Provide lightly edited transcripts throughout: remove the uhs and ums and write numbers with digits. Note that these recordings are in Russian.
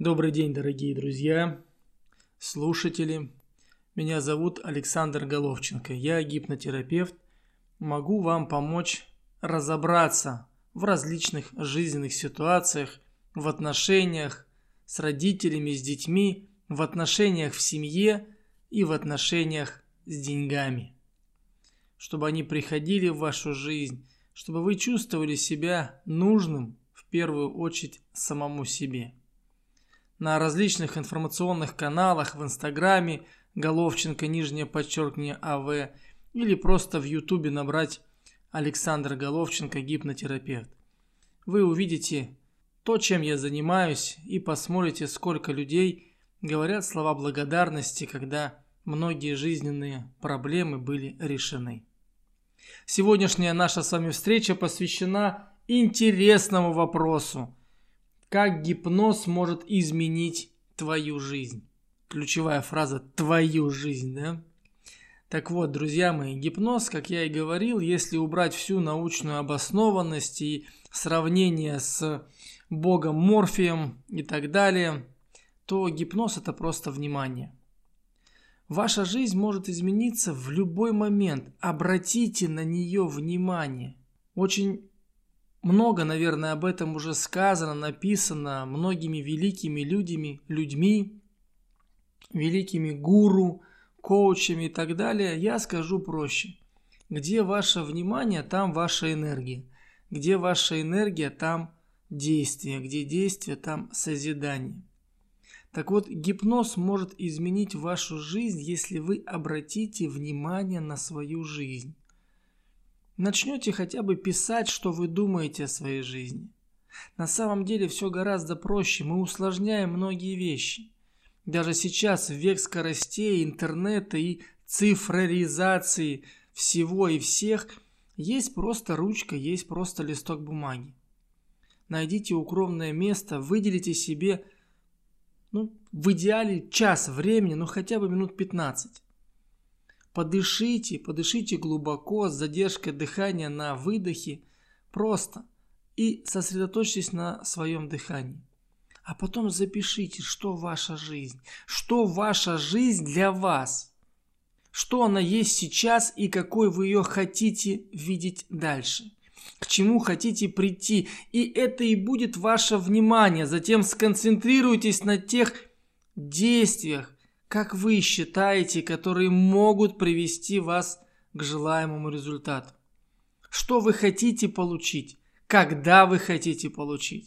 Добрый день, дорогие друзья, слушатели. Меня зовут Александр Головченко. Я гипнотерапевт. Могу вам помочь разобраться в различных жизненных ситуациях, в отношениях с родителями, с детьми, в отношениях в семье и в отношениях с деньгами. Чтобы они приходили в вашу жизнь, чтобы вы чувствовали себя нужным, в первую очередь, самому себе. На различных информационных каналах, в Инстаграме, Головченко, _АВ, или просто в Ютубе набрать Александр Головченко, гипнотерапевт. Вы увидите то, чем я занимаюсь, и посмотрите, сколько людей говорят слова благодарности, когда многие жизненные проблемы были решены. Сегодняшняя наша с вами встреча посвящена интересному вопросу: как гипноз может изменить твою жизнь? Ключевая фраза «твою жизнь», да? Так вот, друзья мои, гипноз, как я и говорил, если убрать всю научную обоснованность и сравнение с богом Морфеем и так далее, то гипноз – это просто внимание. Ваша жизнь может измениться в любой момент. Обратите на нее внимание. Очень много, наверное, об этом уже сказано, написано многими великими людьми, великими гуру, коучами и так далее. Я скажу проще. Где ваше внимание, там ваша энергия. Где ваша энергия, там действие. Где действие, там созидание. Так вот, гипноз может изменить вашу жизнь, если вы обратите внимание на свою жизнь. Начнете хотя бы писать, что вы думаете о своей жизни. На самом деле все гораздо проще, мы усложняем многие вещи. Даже сейчас, в век скоростей, интернета и цифровизации всего и всех, есть просто ручка, есть просто листок бумаги. Найдите укромное место, выделите себе, в идеале час времени, хотя бы минут 15. Подышите глубоко, с задержкой дыхания на выдохе, просто, и сосредоточьтесь на своем дыхании. А потом запишите, что ваша жизнь для вас, что она есть сейчас и какой вы ее хотите видеть дальше, к чему хотите прийти. И это и будет ваше внимание. Затем сконцентрируйтесь на тех действиях, как вы считаете, которые могут привести вас к желаемому результату. Что вы хотите получить, когда вы хотите получить.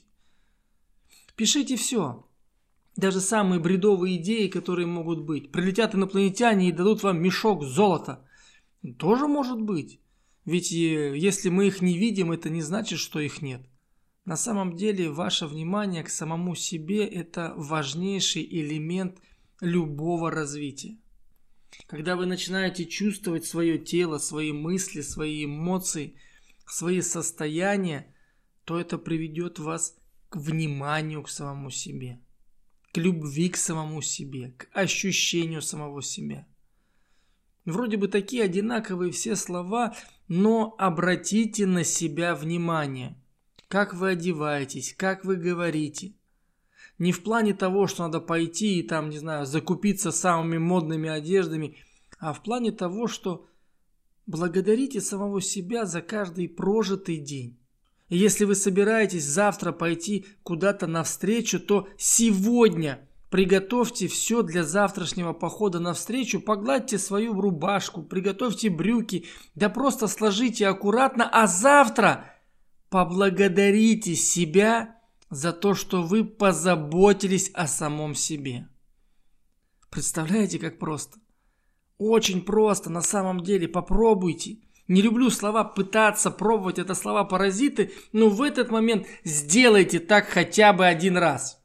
Пишите все. Даже самые бредовые идеи, которые могут быть. Прилетят инопланетяне и дадут вам мешок золота. Тоже может быть. Ведь если мы их не видим, это не значит, что их нет. На самом деле, ваше внимание к самому себе – это важнейший элемент любого развития. Когда вы начинаете чувствовать свое тело, свои мысли, свои эмоции, свои состояния, то это приведет вас к вниманию к самому себе, к любви к самому себе, к ощущению самого себя. Вроде бы такие одинаковые все слова, но обратите на себя внимание. Как вы одеваетесь, как вы говорите. Не в плане того, что надо пойти и закупиться самыми модными одеждами, а в плане того, что благодарите самого себя за каждый прожитый день. И если вы собираетесь завтра пойти куда-то навстречу, то сегодня приготовьте все для завтрашнего похода навстречу, погладьте свою рубашку, приготовьте брюки, да просто сложите аккуратно, а завтра поблагодарите себя за то, что вы позаботились о самом себе. Представляете, как просто? Очень просто, на самом деле, попробуйте. Не люблю слова «пытаться», «пробовать», это слова-паразиты, но в этот момент сделайте так хотя бы один раз.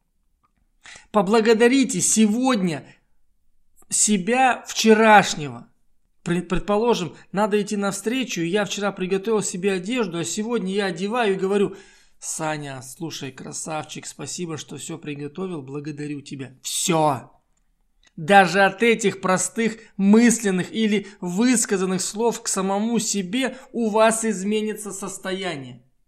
Поблагодарите сегодня себя вчерашнего. Предположим, надо идти навстречу, и я вчера приготовил себе одежду, а сегодня я одеваю и говорю: Саня, слушай, красавчик, спасибо, что все приготовил, благодарю тебя. Все. Даже от этих простых мысленных или высказанных слов к самому себе у вас изменится состояние.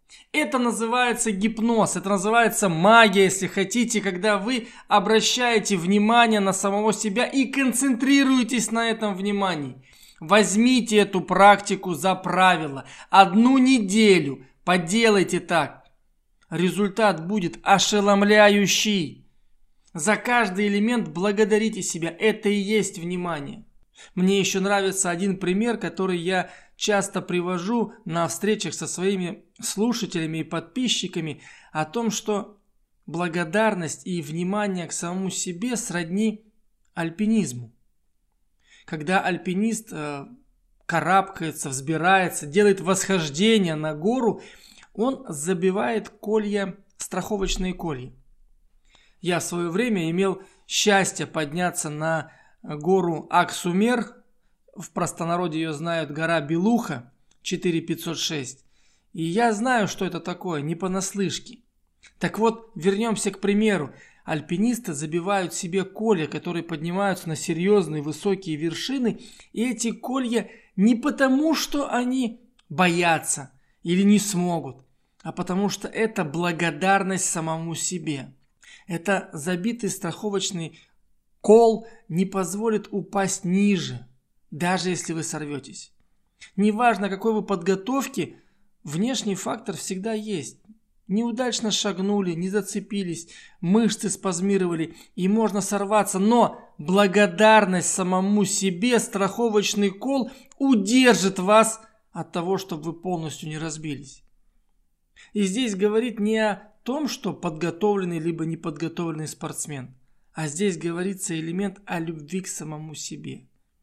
Это называется гипноз, это называется магия, если хотите, когда вы обращаете внимание на самого себя и концентрируетесь на этом внимании. Возьмите эту практику за правило. 1 неделю поделайте так. Результат будет ошеломляющий. За каждый элемент благодарите себя. Это и есть внимание. Мне еще нравится один пример, который я часто привожу на встречах со своими слушателями и подписчиками, о том, что благодарность и внимание к самому себе сродни альпинизму. Когда альпинист карабкается, взбирается, делает восхождение на гору, он забивает колья, страховочные колья. Я в свое время имел счастье подняться на гору Аксумер, в простонародье ее знают гора Белуха, 4506. И я знаю, что это такое, не понаслышке. Так вот, вернемся к примеру. Альпинисты забивают себе колья, которые поднимаются на серьезные высокие вершины. И эти колья не потому, что они боятся или не смогут, а потому что это благодарность самому себе. Это забитый страховочный кол не позволит упасть ниже, даже если вы сорветесь. Неважно, какой вы подготовки, внешний фактор всегда есть. Неудачно шагнули, не зацепились, мышцы спазмировали, и можно сорваться. Но благодарность самому себе, страховочный кол удержит вас от того, чтобы вы полностью не разбились. И здесь говорит не о том, что подготовленный либо неподготовленный спортсмен, а здесь говорится элемент о любви к самому себе.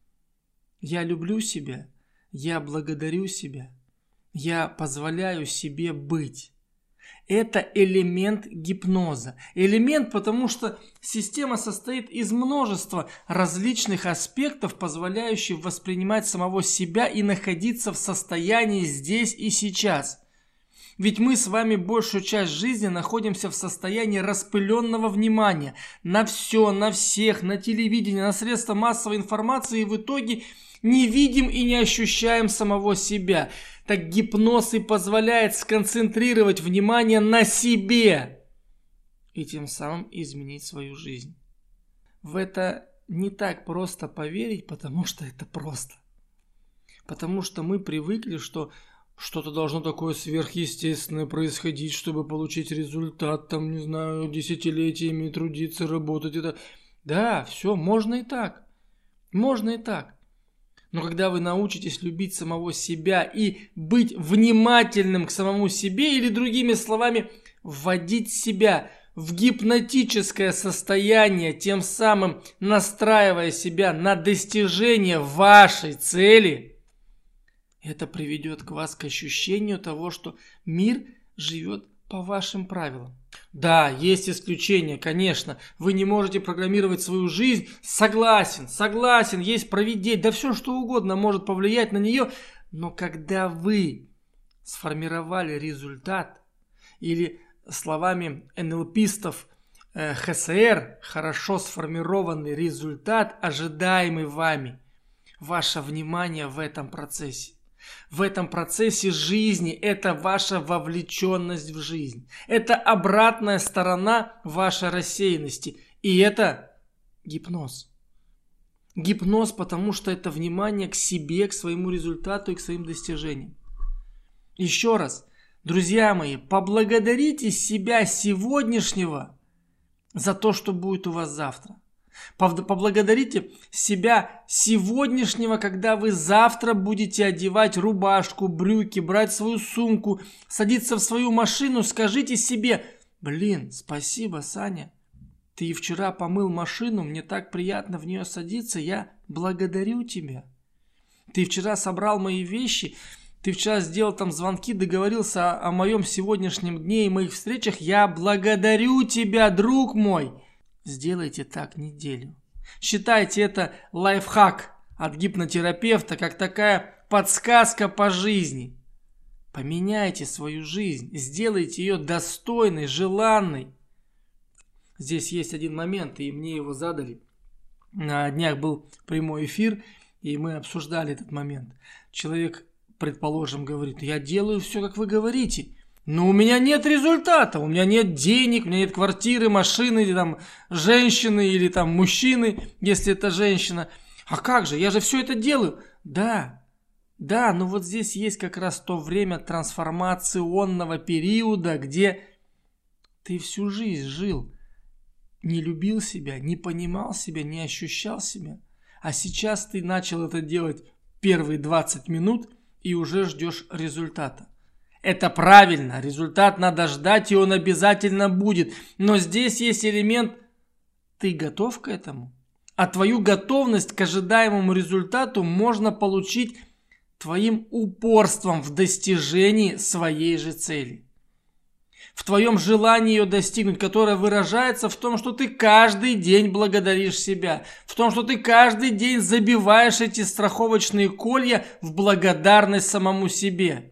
Я люблю себя, я благодарю себя, я позволяю себе быть. Это элемент гипноза. Элемент, потому что система состоит из множества различных аспектов, позволяющих воспринимать самого себя и находиться в состоянии здесь и сейчас. Ведь мы с вами большую часть жизни находимся в состоянии распыленного внимания на все, на всех, на телевидении, на средства массовой информации, и в итоге не видим и не ощущаем самого себя. Так гипноз и позволяет сконцентрировать внимание на себе и тем самым изменить свою жизнь. В это не так просто поверить, потому что это просто. Потому что мы привыкли, что что-то должно такое сверхъестественное происходить, чтобы получить результат, там, не знаю, десятилетиями трудиться, работать. Да, все, можно и так. Можно и так. Но когда вы научитесь любить самого себя и быть внимательным к самому себе, или другими словами, вводить себя в гипнотическое состояние, тем самым настраивая себя на достижение вашей цели, это приведет к вас к ощущению того, что мир живет по вашим правилам. Да, есть исключения, конечно. Вы не можете программировать свою жизнь. Согласен, есть провидение. Да все что угодно может повлиять на нее. Но когда вы сформировали результат, или словами НЛПистов ХСР, хорошо сформированный результат, ожидаемый вами, ваше внимание в этом процессе. В этом процессе жизни это ваша вовлеченность в жизнь. Это обратная сторона вашей рассеянности. И это гипноз. Гипноз, потому что это внимание к себе, к своему результату и к своим достижениям. Еще раз, друзья мои, поблагодарите себя сегодняшнего за то, что будет у вас завтра. Поблагодарите себя сегодняшнего, когда вы завтра будете одевать рубашку, брюки, брать свою сумку, садиться в свою машину. Скажите себе: блин, спасибо, Саня, ты вчера помыл машину, мне так приятно в нее садиться, я благодарю тебя. Ты вчера собрал мои вещи, ты вчера сделал там звонки, договорился о моем сегодняшнем дне и моих встречах, я благодарю тебя, друг мой. Сделайте так неделю. Считайте это лайфхак от гипнотерапевта, как такая подсказка по жизни. Поменяйте свою жизнь, сделайте ее достойной, желанной. Здесь есть один момент, и мне его задали. На днях был прямой эфир, и мы обсуждали этот момент. Человек, предположим, говорит: я делаю все, как вы говорите. Но у меня нет результата, у меня нет денег, у меня нет квартиры, машины, или там женщины, или там мужчины, если это женщина. А как же, я же все это делаю. Да, но вот здесь есть как раз то время трансформационного периода, где ты всю жизнь жил, не любил себя, не понимал себя, не ощущал себя. А сейчас ты начал это делать первые 20 минут и уже ждешь результата. Это правильно, результат надо ждать, и он обязательно будет. Но здесь есть элемент, ты готов к этому? А твою готовность к ожидаемому результату можно получить твоим упорством в достижении своей же цели. В твоем желании ее достигнуть, которое выражается в том, что ты каждый день благодаришь себя, в том, что ты каждый день забиваешь эти страховочные колья в благодарность самому себе.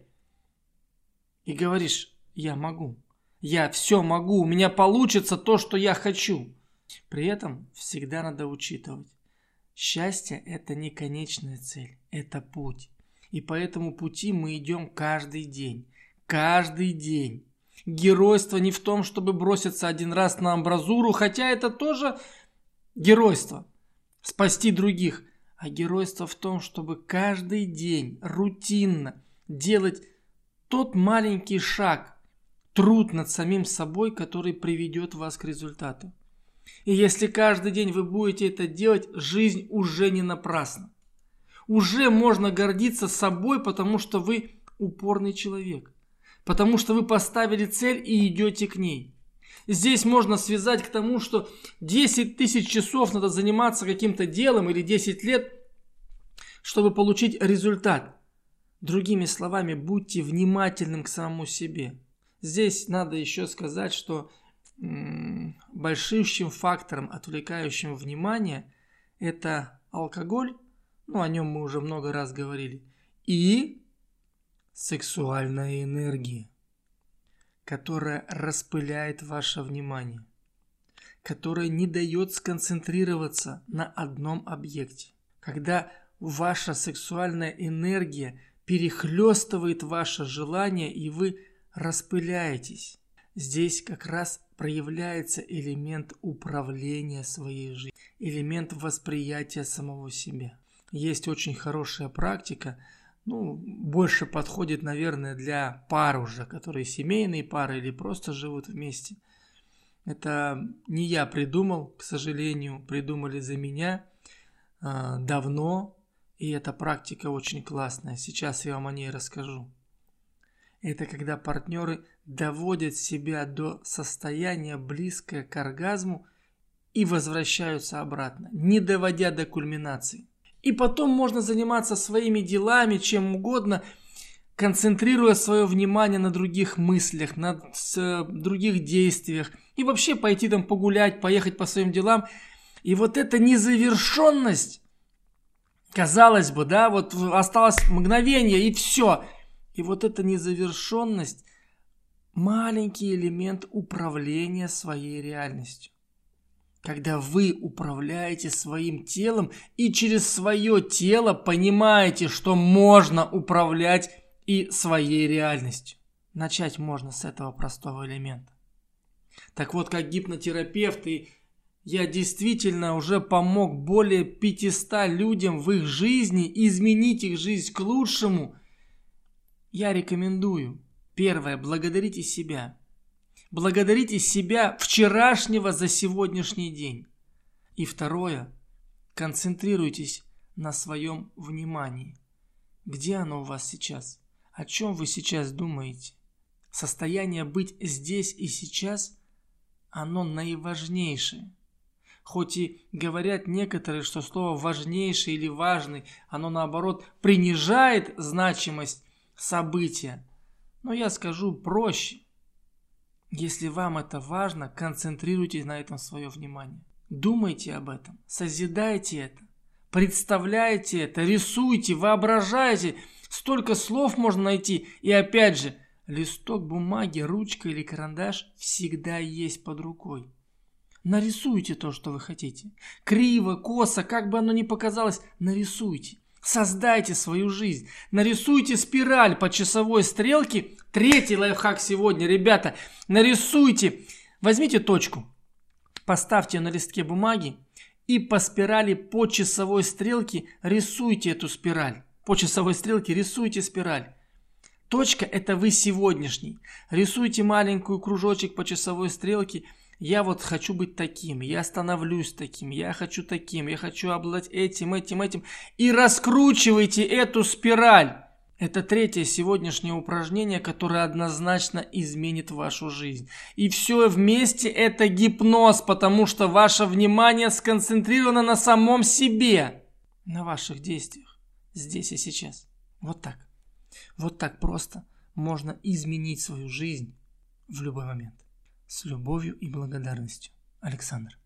И говоришь, я могу, я все могу, у меня получится то, что я хочу. При этом всегда надо учитывать, счастье – это не конечная цель, это путь. И по этому пути мы идем каждый день, каждый день. Геройство не в том, чтобы броситься один раз на амбразуру, хотя это тоже геройство, спасти других. А геройство в том, чтобы каждый день рутинно делать тот маленький шаг, труд над самим собой, который приведет вас к результату. И если каждый день вы будете это делать, жизнь уже не напрасна. Уже можно гордиться собой, потому что вы упорный человек. Потому что вы поставили цель и идете к ней. Здесь можно связать к тому, что 10 тысяч часов надо заниматься каким-то делом или 10 лет, чтобы получить результат. Другими словами, будьте внимательным к самому себе. Здесь надо еще сказать, что большим фактором, отвлекающим внимание, это алкоголь, о нем мы уже много раз говорили, и сексуальная энергия, которая распыляет ваше внимание, которая не дает сконцентрироваться на одном объекте. Когда ваша сексуальная энергия перехлестывает ваше желание, и вы распыляетесь. Здесь как раз проявляется элемент управления своей жизнью, элемент восприятия самого себя. Есть очень хорошая практика, больше подходит, наверное, для пар уже, которые семейные пары или просто живут вместе. Это не я придумал, к сожалению, придумали за меня давно. И эта практика очень классная. Сейчас я вам о ней расскажу. Это когда партнеры доводят себя до состояния, близкое к оргазму, и возвращаются обратно, не доводя до кульминации. И потом можно заниматься своими делами, чем угодно, концентрируя свое внимание на других мыслях, на других действиях. И вообще пойти там погулять, поехать по своим делам. И вот эта незавершенность, казалось бы, осталось мгновение и все. И вот эта незавершенность – маленький элемент управления своей реальностью. Когда вы управляете своим телом и через свое тело понимаете, что можно управлять и своей реальностью. Начать можно с этого простого элемента. Так вот, как гипнотерапевт, я действительно уже помог более 500 людям в их жизни изменить их жизнь к лучшему. Я рекомендую. Первое. Благодарите себя. Благодарите себя вчерашнего за сегодняшний день. И второе. Концентрируйтесь на своем внимании. Где оно у вас сейчас? О чем вы сейчас думаете? Состояние быть здесь и сейчас, оно наиважнейшее. Хоть и говорят некоторые, что слово «важнейший» или «важный», оно наоборот принижает значимость события. Но я скажу проще. Если вам это важно, концентрируйтесь на этом свое внимание. Думайте об этом, созидайте это, представляйте это, рисуйте, воображайте. Столько слов можно найти. И опять же, листок бумаги, ручка или карандаш всегда есть под рукой. Нарисуйте то, что вы хотите. Криво, косо, как бы оно ни показалось, нарисуйте. Создайте свою жизнь. Нарисуйте спираль по часовой стрелке. Третий лайфхак сегодня, ребята. Нарисуйте. Возьмите точку. Поставьте ее на листке бумаги. И по спирали по часовой стрелке рисуйте эту спираль. По часовой стрелке рисуйте спираль. Точка – это вы сегодняшний. Рисуйте маленькую кружочек по часовой стрелке. Я вот хочу быть таким, я становлюсь таким, я хочу обладать этим. И раскручивайте эту спираль. Это третье сегодняшнее упражнение, которое однозначно изменит вашу жизнь. И все вместе это гипноз, потому что ваше внимание сконцентрировано на самом себе, на ваших действиях, здесь и сейчас. Вот так. Вот так просто можно изменить свою жизнь в любой момент. С любовью и благодарностью. Александр.